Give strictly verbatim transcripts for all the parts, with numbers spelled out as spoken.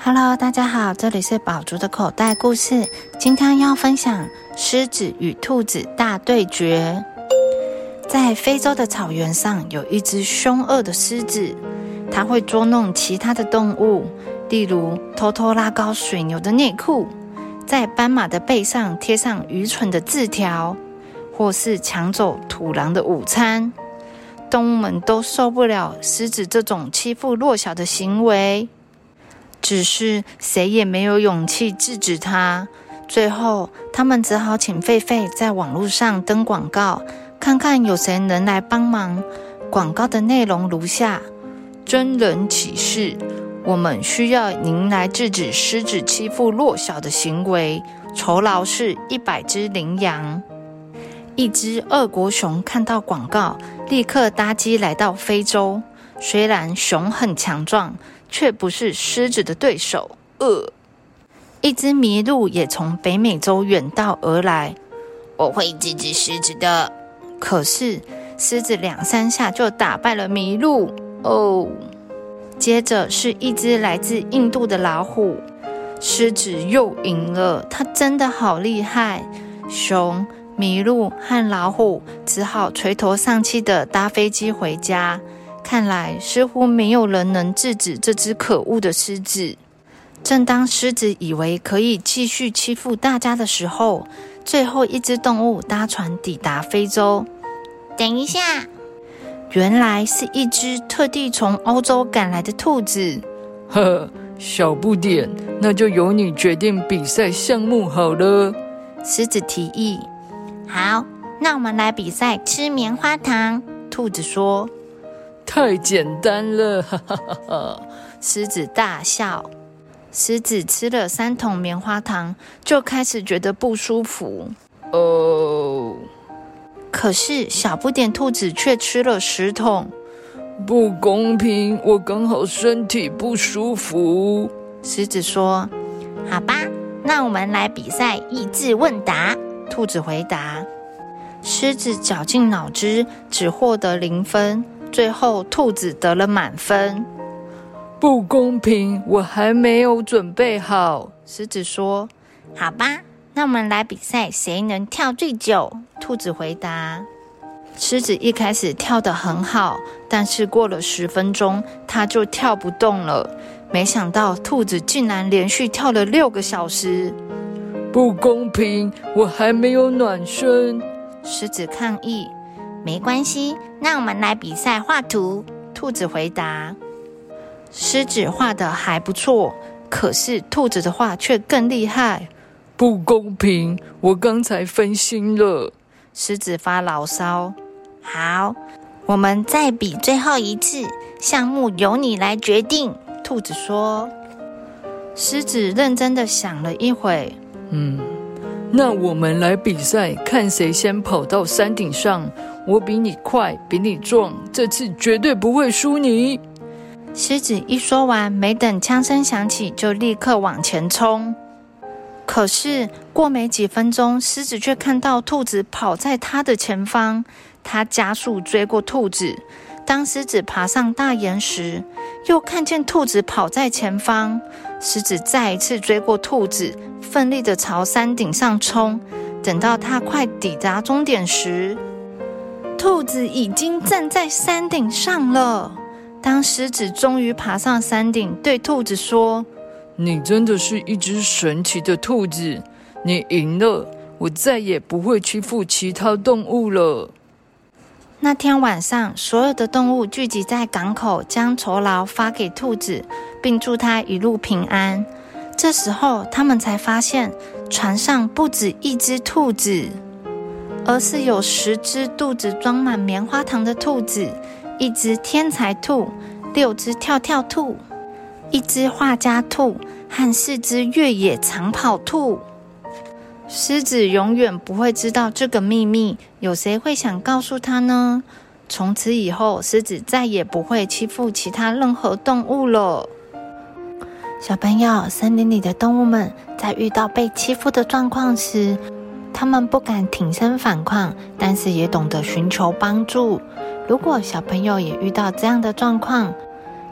Hello， 大家好，这里是宝竹的口袋故事。今天要分享狮子与兔子大对决。在非洲的草原上，有一只凶恶的狮子，它会捉弄其他的动物，例如偷偷拉高水牛的内裤，在斑马的背上贴上愚蠢的字条，或是抢走土狼的午餐。动物们都受不了狮子这种欺负弱小的行为，只是谁也没有勇气制止他。最后，他们只好请狒狒在网络上登广告，看看有谁能来帮忙。广告的内容如下：真人启事，我们需要您来制止狮子欺负弱小的行为，酬劳是一百只羚羊。一只俄国熊看到广告，立刻搭机来到非洲。虽然熊很强壮，却不是狮子的对手。呃，一只麋鹿也从北美洲远道而来。我会制止狮子的。可是狮子两三下就打败了麋鹿。哦，接着是一只来自印度的老虎。狮子又赢了，它真的好厉害。熊、麋鹿和老虎只好垂头丧气地搭飞机回家。看来似乎没有人能制止这只可恶的狮子。正当狮子以为可以继续欺负大家的时候，最后一只动物搭船抵达非洲。等一下，原来是一只特地从欧洲赶来的兔子。 呵呵，小不点，那就由你决定比赛项目好了。 狮子提议。好，那我们来比赛吃棉花糖。兔子说。 太简单了，哈哈哈哈！ 狮子大笑。狮子吃了三桶棉花糖，就开始觉得不舒服。 哦， 可是小不点兔子却吃了十桶。 不公平，我刚好身体不舒服。 狮子说。好吧，那我们来比赛益智问答。兔子回答。狮子绞尽脑汁，只获得零分。最后，兔子得了满分。 不公平，我还没有准备好。 狮子说。好吧，那我们来比赛谁能跳最久。兔子回答。狮子一开始跳得很好，但是过了十分钟，它就跳不动了。没想到兔子竟然连续跳了六个小时。 不公平，我还没有暖身。 狮子抗议。没关系，那我们来比赛画图。兔子回答。狮子画得还不错，可是兔子的画却更厉害。 不公平，我刚才分心了。 狮子发牢骚。好，我们再比最后一次，项目由你来决定。兔子说。狮子认真地想了一会。 嗯，那我们来比赛，看谁先跑到山顶上。我比你快，比你壮，这次绝对不会输你。 狮子一说完，没等枪声响起，就立刻往前冲。可是过没几分钟，狮子却看到兔子跑在它的前方，它加速追过兔子。当狮子爬上大岩时，又看见兔子跑在前方。狮子再一次追过兔子，奋力地朝山顶上冲。等到它快抵达终点时，兔子已经站在山顶上了。当狮子终于爬上山顶，对兔子说： 你真的是一只神奇的兔子，你赢了，我再也不会欺负其他动物了。 那天晚上，所有的动物聚集在港口，将酬劳发给兔子，并祝它一路平安。这时候，他们才发现船上不止一只兔子，而是有十只肚子装满棉花糖的兔子，一只天才兔，六只跳跳兔，一只画家兔和四只越野长跑兔。狮子永远不会知道这个秘密，有谁会想告诉他呢？从此以后，狮子再也不会欺负其他任何动物了。小朋友，森林里的动物们在遇到被欺负的状况时，他们不敢挺身反抗，但是也懂得寻求帮助。如果小朋友也遇到这样的状况，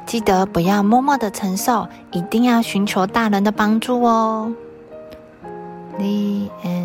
记得不要默默的承受，一定要寻求大人的帮助哦。The end.